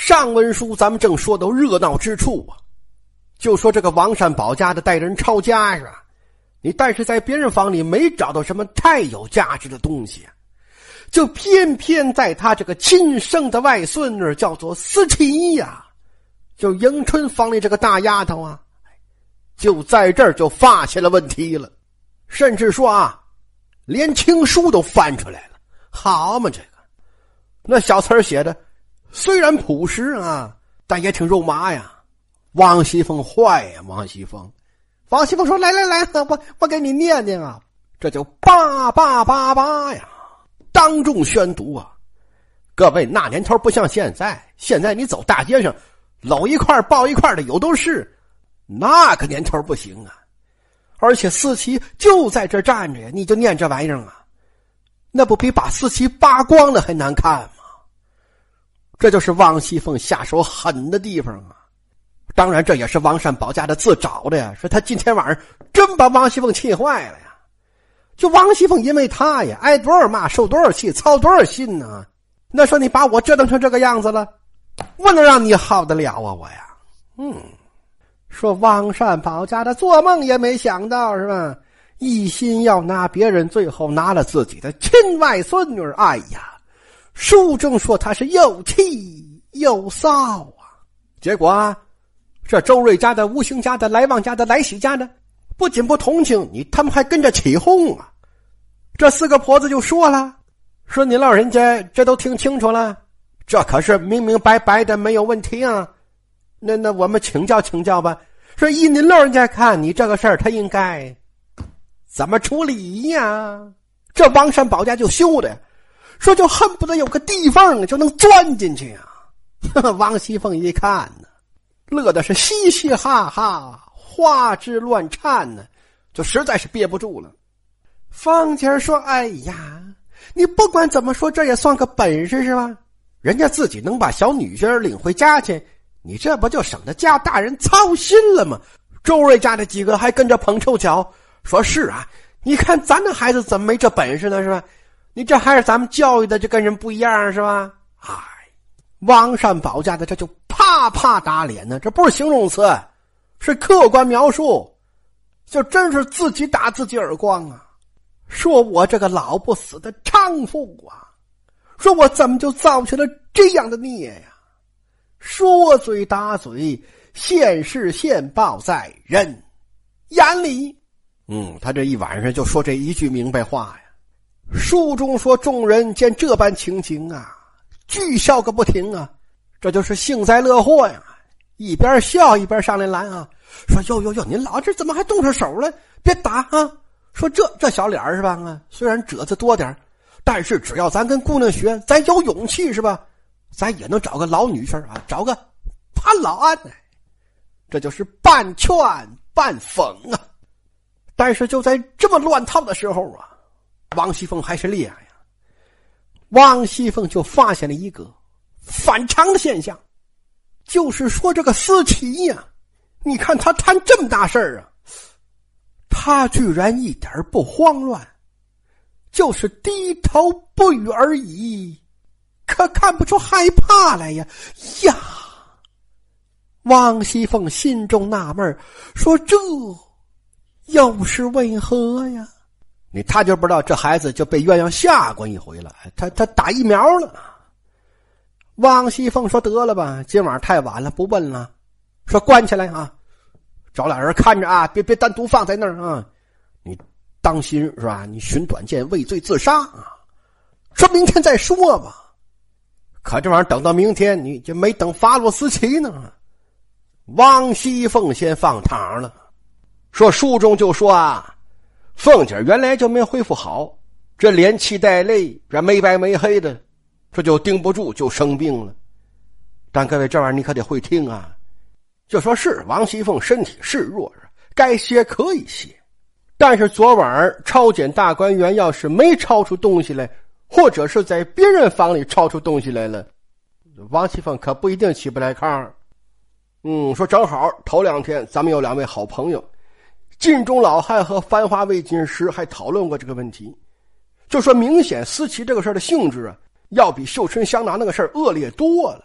上文书咱们正说到热闹之处啊，就说这个王善保家的带人抄家是吧？你但是在别人房里没找到什么太有价值的东西啊，就偏偏在他这个亲生的外孙女叫做思琪呀，就迎春房里这个大丫头啊，就在这儿就发现了问题了，甚至说啊，连情书都翻出来了。好嘛，这个那小词儿写的虽然朴实啊，但也挺肉麻呀。王熙凤坏呀，王熙凤说来来来，我给你念念啊，这就叭叭叭叭呀，当众宣读啊。各位那年头不像现在，现在你走大街上搂一块抱一块的有都是，那个年头不行啊。而且思琪就在这站着呀，你就念这玩意儿啊，那不比把思琪扒光了还难看吗？这就是王熙凤下手狠的地方啊。当然这也是王善保家的自找的呀，说他今天晚上真把王熙凤气坏了呀。就王熙凤因为他呀挨多少骂受多少气操多少心呢，那说你把我折腾成这个样子了，我能让你好得了啊我呀。说王善保家的做梦也没想到是吧，一心要拿别人，最后拿了自己的亲外孙女。哎呀，书中说他是又气又臊啊。结果啊，这周瑞家的、吴兴家的、来旺家的、来喜家的不仅不同情你，他们还跟着起哄啊。这四个婆子就说了，说你老人家这都听清楚了，这可是明明白白的没有问题啊。那我们请教请教吧，说依您老人家看，你这个事儿他应该怎么处理呀？这王善保家就羞的说，就恨不得有个地缝就能钻进去啊。王熙凤一看呢，乐的是嘻嘻哈哈，花枝乱颤呢，就实在是憋不住了。芳姐说，哎呀，你不管怎么说这也算个本事是吧？人家自己能把小女婿领回家去，你这不就省得家大人操心了吗？周瑞家的几个还跟着捧臭脚，说是啊，你看咱的孩子怎么没这本事呢是吧？你这还是咱们教育的就跟人不一样是吧？哎，王善保家的这就啪啪打脸呢，这不是形容词，是客观描述，就真是自己打自己耳光啊。说我这个老不死的娼妇啊，说我怎么就造起了这样的孽呀？说嘴打嘴，现世现报在人眼里。他这一晚上就说这一句明白话呀。书中说众人见这般情形啊，俱笑个不停啊，这就是幸灾乐祸呀。一边笑一边上来拦啊，说哟，您老这怎么还动上手了？别打啊！说这小脸是吧？虽然褶子多点，但是只要咱跟姑娘学，咱有勇气是吧？咱也能找个老女婿啊，找个潘老安。这就是半劝半讽啊。但是就在这么乱套的时候啊，王熙凤还是厉害呀。王熙凤就发现了一个反常的现象，就是说这个思琪呀，你看他谈这么大事儿啊，他居然一点不慌乱，就是低头不语而已，可看不出害怕来呀。王熙凤心中纳闷，说这又是为何呀？他就不知道这孩子就被鸳鸯吓过一回了，他打疫苗了。王熙凤说得了吧，今晚太晚了，不问了，说关起来啊，找俩人看着啊，别单独放在那儿啊，你当心是吧？你寻短见畏罪自杀啊，说明天再说吧。可这玩意儿等到明天你就没等发落思琪呢。王熙凤先放堂了，说书中就说啊，凤姐原来就没恢复好，这连气带泪，这没白没黑的，这就盯不住，就生病了。但各位这玩意儿你可得会听啊，就说是王熙凤身体是弱，该歇可以歇，但是昨晚抄检大观园要是没抄出东西来，或者是在别人房里抄出东西来了，王熙凤可不一定起不来炕。说正好头2天咱们有2位好朋友晋中老汉和繁华魏锦时还讨论过这个问题，就说明显思琪这个事儿的性质啊，要比秀春香囊那个事儿恶劣多了。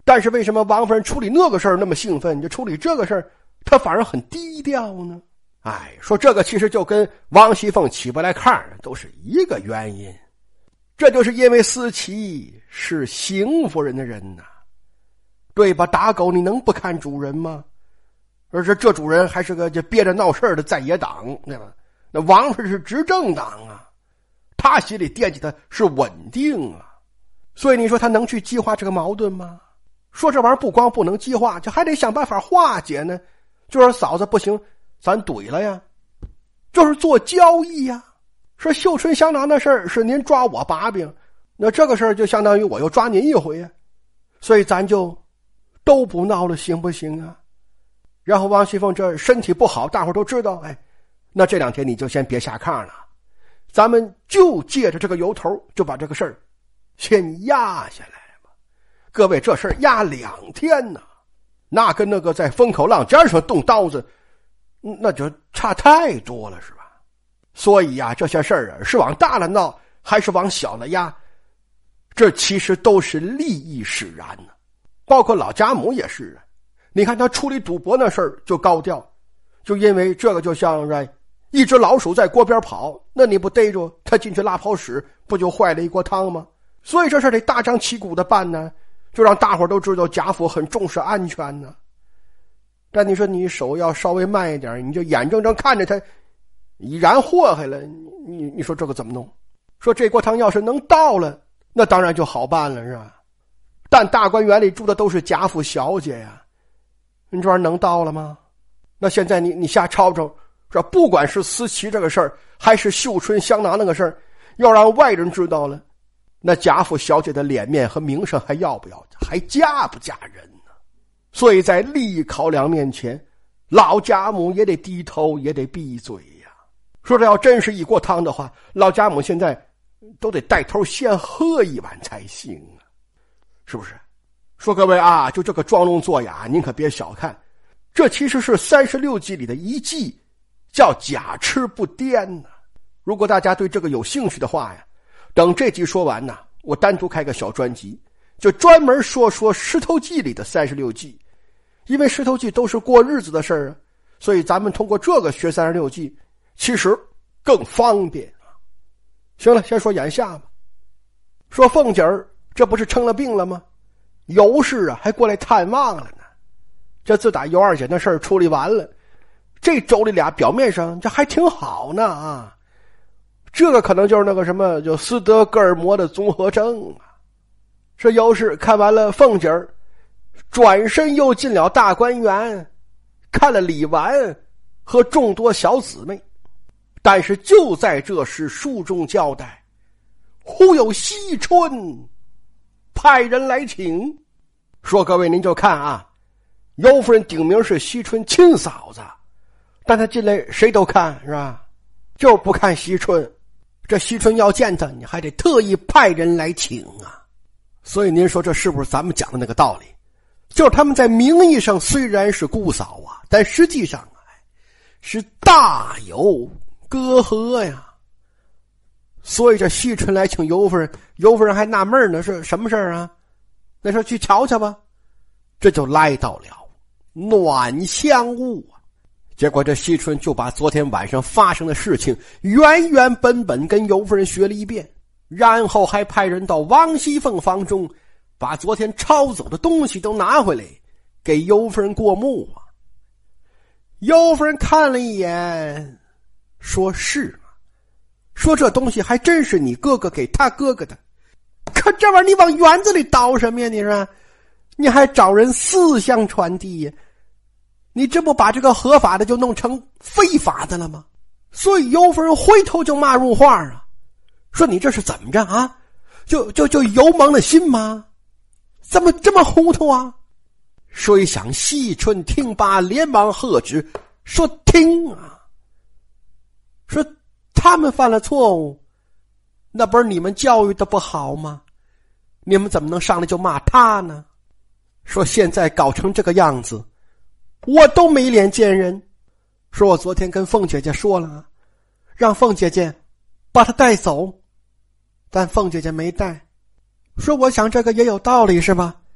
但是为什么王夫人处理那个事儿那么兴奋，就处理这个事儿她反而很低调呢？哎，说这个其实就跟王熙凤起不来炕都是一个原因。这就是因为思琪是邢夫人的人呐，对吧？打狗你能不看主人吗？而且这主人还是个就憋着闹事的在野党，对吧？那王夫人是执政党啊，他心里惦记的是稳定啊，所以你说他能去激化这个矛盾吗？说这玩意儿不光不能激化，就还得想办法化解呢。就说嫂子不行，咱怼了呀，就是做交易呀。说绣春香囊的事儿是您抓我把柄，那这个事儿就相当于我又抓您一回呀，所以咱就都不闹了，行不行啊？然后王熙凤这身体不好，大伙都知道，哎，那这2天你就先别下炕了，咱们就借着这个由头就把这个事儿先压下来吧。各位，这事儿压2天呢，那跟那个在风口浪尖上动刀子那就差太多了，是吧？所以呀，这些事儿是往大了闹还是往小了压，这其实都是利益使然呢。包括老家母也是啊，你看他处理赌博那事儿就高调，就因为这个就像是一只老鼠在锅边跑，那你不逮住他进去拉泡屎，不就坏了一锅汤吗？所以这事得大张旗鼓的办呢，就让大伙都知道贾府很重视安全呢。但你说你手要稍微慢一点，你就眼睁睁看着他已然祸害了，你说这个怎么弄？说这锅汤要是能倒了，那当然就好办了，是吧？但大观园里住的都是贾府小姐呀，你这玩意儿能倒了吗？那现在你瞎吵吵，说不管是思琪这个事儿，还是绣春香囊那个事儿，要让外人知道了，那贾府小姐的脸面和名声还要不要，还嫁不嫁人呢？所以在利益考量面前，老贾母也得低头，也得闭嘴呀。说这要真是一锅汤的话，老贾母现在都得带头先喝一碗才行啊，是不是？说各位啊，就这个装聋作哑您可别小看，这其实是36计里的一计，叫假痴不癫呢。如果大家对这个有兴趣的话呀，等这集说完呢，我单独开个小专辑，就专门说石头记里的36计。因为石头记都是过日子的事儿啊，所以咱们通过这个学36计其实更方便。行了，先说眼下吧。说凤姐儿这不是生了病了吗？尤氏啊还过来探望了呢。这自打尤二姐那事儿处理完了，这妯娌俩表面上这还挺好呢啊。这个可能就是那个什么就斯德哥尔摩的综合症啊。说尤氏看完了凤姐儿，转身又进了大观园，看了李纨和众多小姊妹。但是就在这时，书中交代，忽有惜春派人来请。说各位您就看啊，尤夫人顶名是惜春亲嫂子，但她进来谁都看是吧？就不看惜春，这惜春要见她，你还得特意派人来请啊。所以您说这是不是咱们讲的那个道理？就是他们在名义上虽然是姑嫂啊，但实际上是大有隔阂呀。所以这惜春来请尤夫人，尤夫人还纳闷呢，是什么事儿啊？那说去瞧瞧吧。这就来到了暖香屋啊。结果这惜春就把昨天晚上发生的事情原原本本跟尤夫人学了一遍，然后还派人到王熙凤房中把昨天抄走的东西都拿回来给尤夫人过目啊。尤夫人看了一眼，说是吗？说这东西还真是你哥哥给他哥哥的。可这玩意儿你往园子里倒什么呀？你说你还找人私相传递呀？你这不把这个合法的就弄成非法的了吗？所以尤夫人回头就骂入话啊，说你这是怎么着啊？就油蒙了心吗？怎么这么糊涂啊？谁想惜春听罢，连忙喝止，说听啊！说他们犯了错误，那不是你们教育的不好吗？你们怎么能上来就骂他呢？说现在搞成这个样子，我都没脸见人。说我昨天跟凤姐姐说了，让凤姐姐把他带走，但凤姐姐没带。说我想这个也有道理是吧？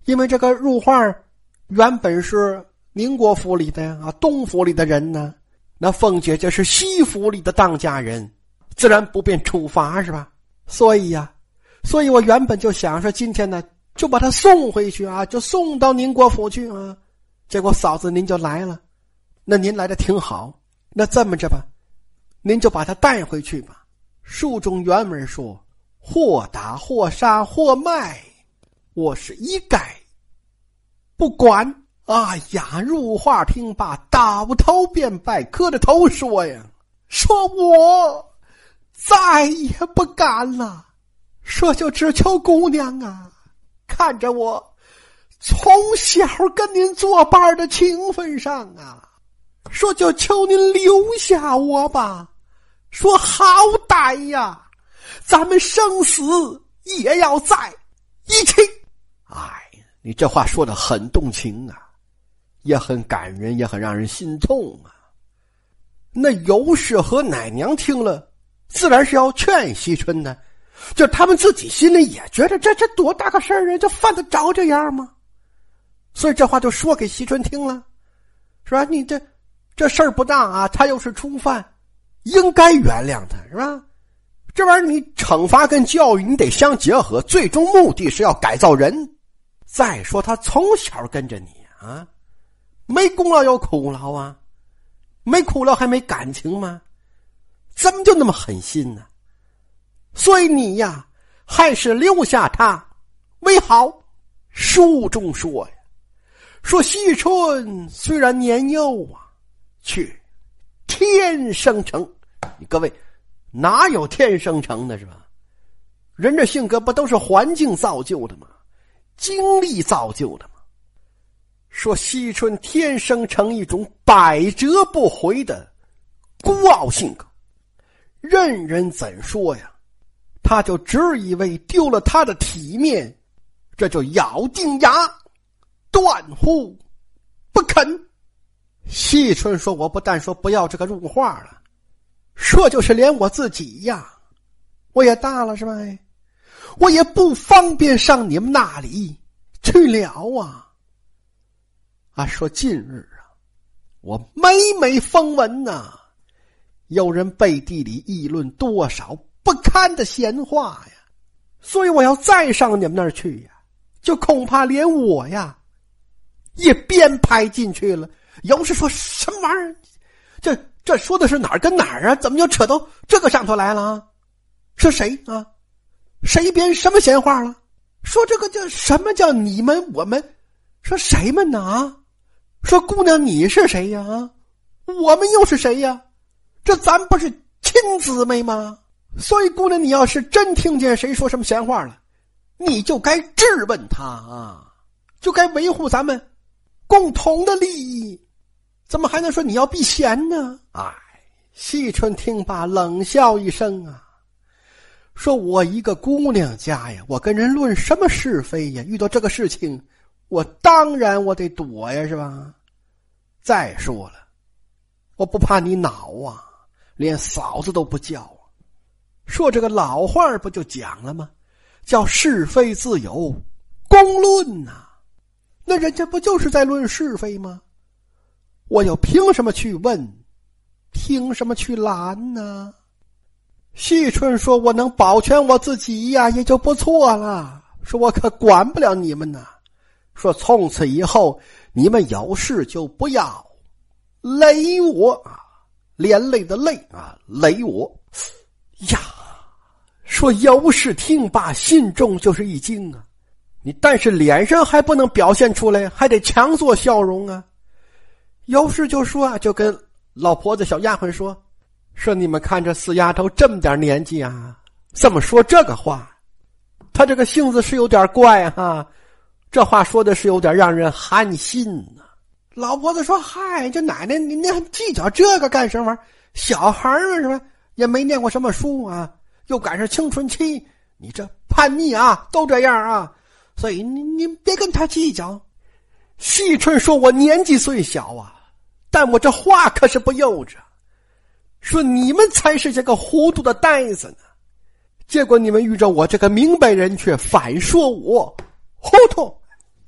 因为这个入画原本是宁国府里的啊，东府里的人呢，那凤姐姐是西府里的当家人，自然不便处罚是吧？所以我原本就想说今天呢就把他送回去啊，就送到宁国府去啊。结果嫂子您就来了，那您来的挺好，那这么着吧，您就把他带回去吧。书中原文说，或打或杀或卖，我是一概不管。哎呀，入画听罢，倒头便拜，磕着头说呀，说我再也不敢了，说就只求姑娘啊，看着我从小跟您作伴的情分上啊，说就求您留下我吧，说好歹呀，咱们生死也要在一起。哎，你这话说得很动情啊，也很感人，也很让人心痛啊。那尤氏和奶娘听了自然是要劝惜春的，就他们自己心里也觉得这多大个事儿啊，这犯得着这样吗？所以这话就说给惜春听了，是吧？你这事儿不当啊，他又是初犯，应该原谅他，是吧？这玩意儿你惩罚跟教育你得相结合，最终目的是要改造人。再说他从小跟着你啊，没功劳有苦劳啊，没苦劳还没感情吗？怎么就那么狠心呢？所以你呀，还是留下他为好。书中说呀，说惜春虽然年幼啊，却天生成。你各位哪有天生成的是吧？人的性格不都是环境造就的吗？经历造就的吗？说惜春天生成一种百折不回的孤傲性格，任人怎说呀，他就只以为丢了他的体面，这就咬定牙断乎不肯。惜春说，我不但说不要这个入画了，说就是连我自己呀，我也大了是吧？我也不方便上你们那里去了啊。说近日啊，我每风闻呐，有人背地里议论多少不堪的闲话呀，所以我要再上你们那儿去呀，就恐怕连我呀也编排进去了。有时说什么玩意儿？这说的是哪儿跟哪儿啊？怎么就扯到这个上头来了啊？是谁啊？谁编什么闲话了？说这个叫什么叫你们我们？说谁们呢？说姑娘你是谁呀？我们又是谁呀？这咱不是亲姊妹吗？所以姑娘你要是真听见谁说什么闲话了，你就该质问他啊，就该维护咱们共同的利益，怎么还能说你要避嫌呢？哎，惜春听罢冷笑一声啊，说我一个姑娘家呀，我跟人论什么是非呀？遇到这个事情我当然我得躲呀，是吧？再说了，我不怕你恼啊，连嫂子都不叫啊。说这个老话不就讲了吗？叫是非自有公论啊。那人家不就是在论是非吗？我又凭什么去问，凭什么去拦呢？惜春说，我能保全我自己呀，也就不错了。说我可管不了你们呐。说从此以后你们有事就不要累我啊，连累的累啊，累我呀。说尤氏听罢心中就是一惊啊，你但是脸上还不能表现出来，还得强作笑容啊。尤氏就说啊，就跟老婆子小丫鬟说你们看这四丫头这么点年纪啊，这么说这个话，她这个性子是有点怪啊，这话说的是有点让人寒心啊。老婆子说，嗨，这奶奶你还计较这个干什么？小孩嘛是吧，也没念过什么书啊，又赶上青春期，你这叛逆啊都这样啊，所以你别跟他计较。惜春说，我年纪虽小啊，但我这话可是不幼稚。说你们才是这个糊涂的呆子呢，结果你们遇着我这个明白人却反说我糊涂。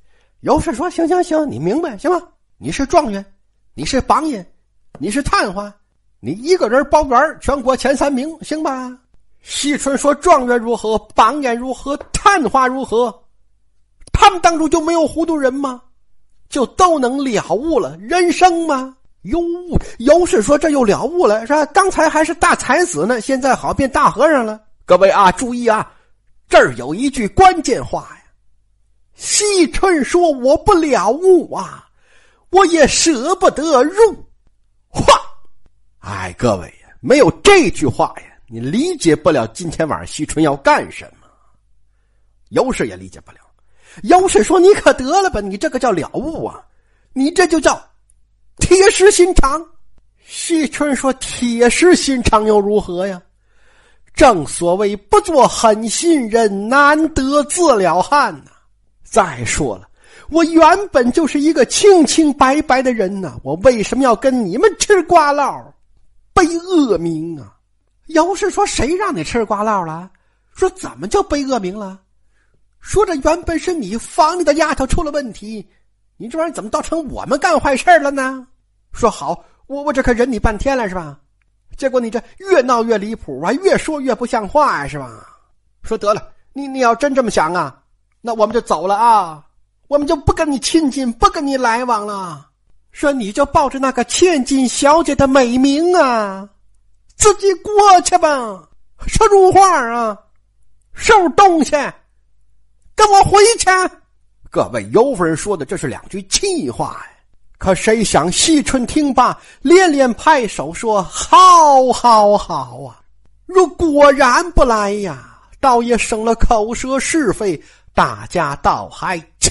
有事说行，你明白行吗？你是状元，你是榜眼，你是探花，你一个人包圆全国前3名，行吧？惜春说状元如何，榜眼如何，探花如何，他们当中就没有糊涂人吗？就都能了悟了人生吗？有事说这又了悟了是吧？刚才还是大才子呢，现在好变大和尚了。各位啊，注意啊，这儿有一句关键话呀。惜春说我不了悟啊，我也舍不得入话。哎，各位呀，没有这句话呀，你理解不了今天晚上惜春要干什么。有事也理解不了。有事说你可得了吧，你这个叫了悟啊，你这就叫铁石心肠。惜春说铁石心肠又如何呀？正所谓不做狠心人，难得自了汉呐。再说了，我原本就是一个清清白白的人呐，我为什么要跟你们吃瓜唠，背恶名啊？有事说谁让你吃瓜唠了？说怎么就背恶名了？说这原本是你房里的丫头出了问题，你这玩意儿怎么倒成我们干坏事了呢？说好，我这可忍你半天了是吧？结果你这越闹越离谱啊，越说越不像话是吧？说得了，你要真这么想啊，那我们就走了啊，我们就不跟你亲近，不跟你来往了。说你就抱着那个千金小姐的美名啊，自己过去吧。说入画啊，收东西，跟我回去。各位有夫人说的这是2句气话呀。可谁想惜春听罢，连连拍手说好好好啊，若果然不来呀，倒也省了口舌是非，大家倒还亲。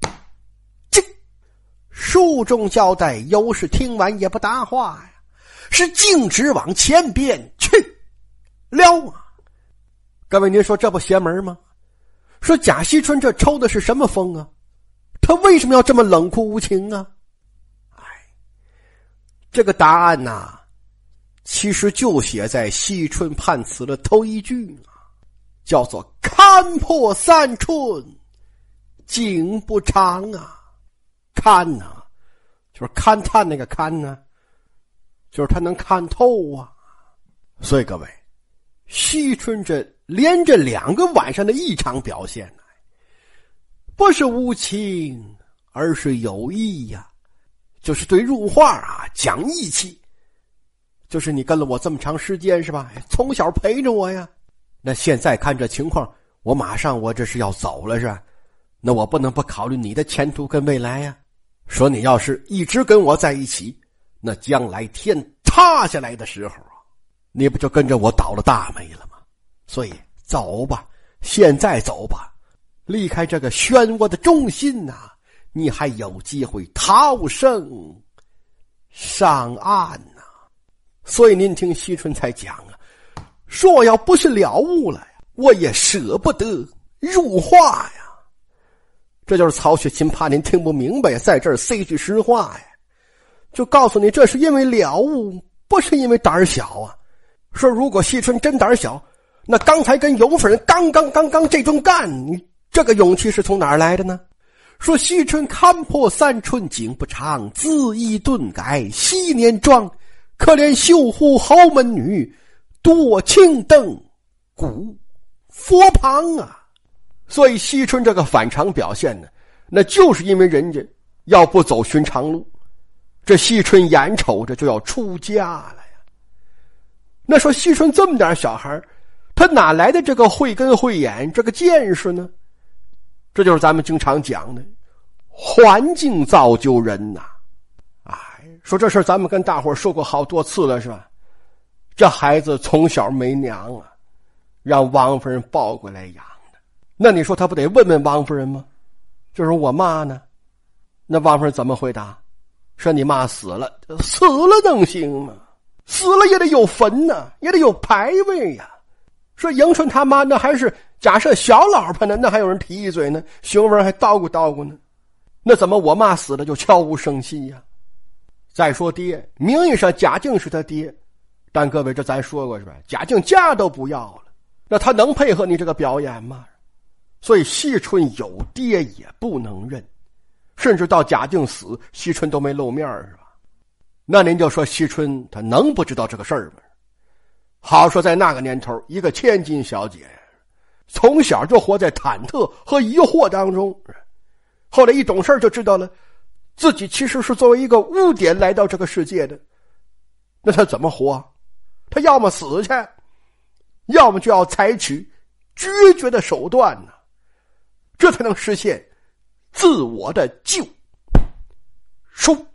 书中交代，有事听完也不答话呀，是径直往前边去了啊。各位您说这不邪门吗？说贾惜春这抽的是什么风啊？他为什么要这么冷酷无情啊？这个答案呐，其实就写在惜春判词的头一句啊，叫做看破三春景不长啊。看啊，就是勘探那个勘呢，就是他能看透啊。所以各位，惜春这连着2个晚上的异常表现呢，不是无情，而是有意呀。就是对入画啊讲义气，就是你跟了我这么长时间是吧，从小陪着我呀，那现在看这情况，我马上我这是要走了是吧，那我不能不考虑你的前途跟未来呀。说你要是一直跟我在一起，那将来天塌下来的时候啊，你不就跟着我倒了大霉了吗？所以走吧，现在走吧，离开这个漩涡的中心啊，你还有机会逃生上岸啊。所以您听惜春才讲啊，说我要不是了悟了呀，我也舍不得入画呀。这就是曹雪芹怕您听不明白，在这儿塞句实话呀，就告诉你这是因为了悟，不是因为胆小啊。说如果惜春真胆小，那刚才跟尤夫人刚这顿干，你这个勇气是从哪儿来的呢？说惜春看破三春景不长，恣意顿改昔年妆，可怜绣户侯门女，多青灯古佛旁啊。所以惜春这个反常表现呢，那就是因为人家要不走寻常路，这惜春眼瞅着就要出家了呀。那说惜春这么点小孩，他哪来的这个慧根慧眼，这个见识呢？这就是咱们经常讲的环境造就人呐。说这事咱们跟大伙说过好多次了是吧？这孩子从小没娘啊，让王夫人抱过来养。那你说他不得问问王夫人吗？就是我妈呢？那王夫人怎么回答？说你妈死了。死了能行吗？死了也得有坟呢，也得有牌位呀。说迎春他妈那还是假设小老婆呢，那还有人提一嘴呢，熊文还叨咕叨咕呢。那怎么我妈死了就悄无声息呀？再说爹，名义上贾静是他爹，但各位这咱说过是吧？贾静家都不要了，那他能配合你这个表演吗？所以惜春有爹也不能认。 甚至到贾静死，惜春都没露面，是吧？那您就说惜春他能不知道这个事儿吗？好说在那个年头，一个千金小姐从小就活在忐忑和疑惑当中，后来一懂事就知道了自己其实是作为一个污点来到这个世界的。那他怎么活？他要么死去，要么就要采取决绝的手段呢，这才能实现自我的救赎。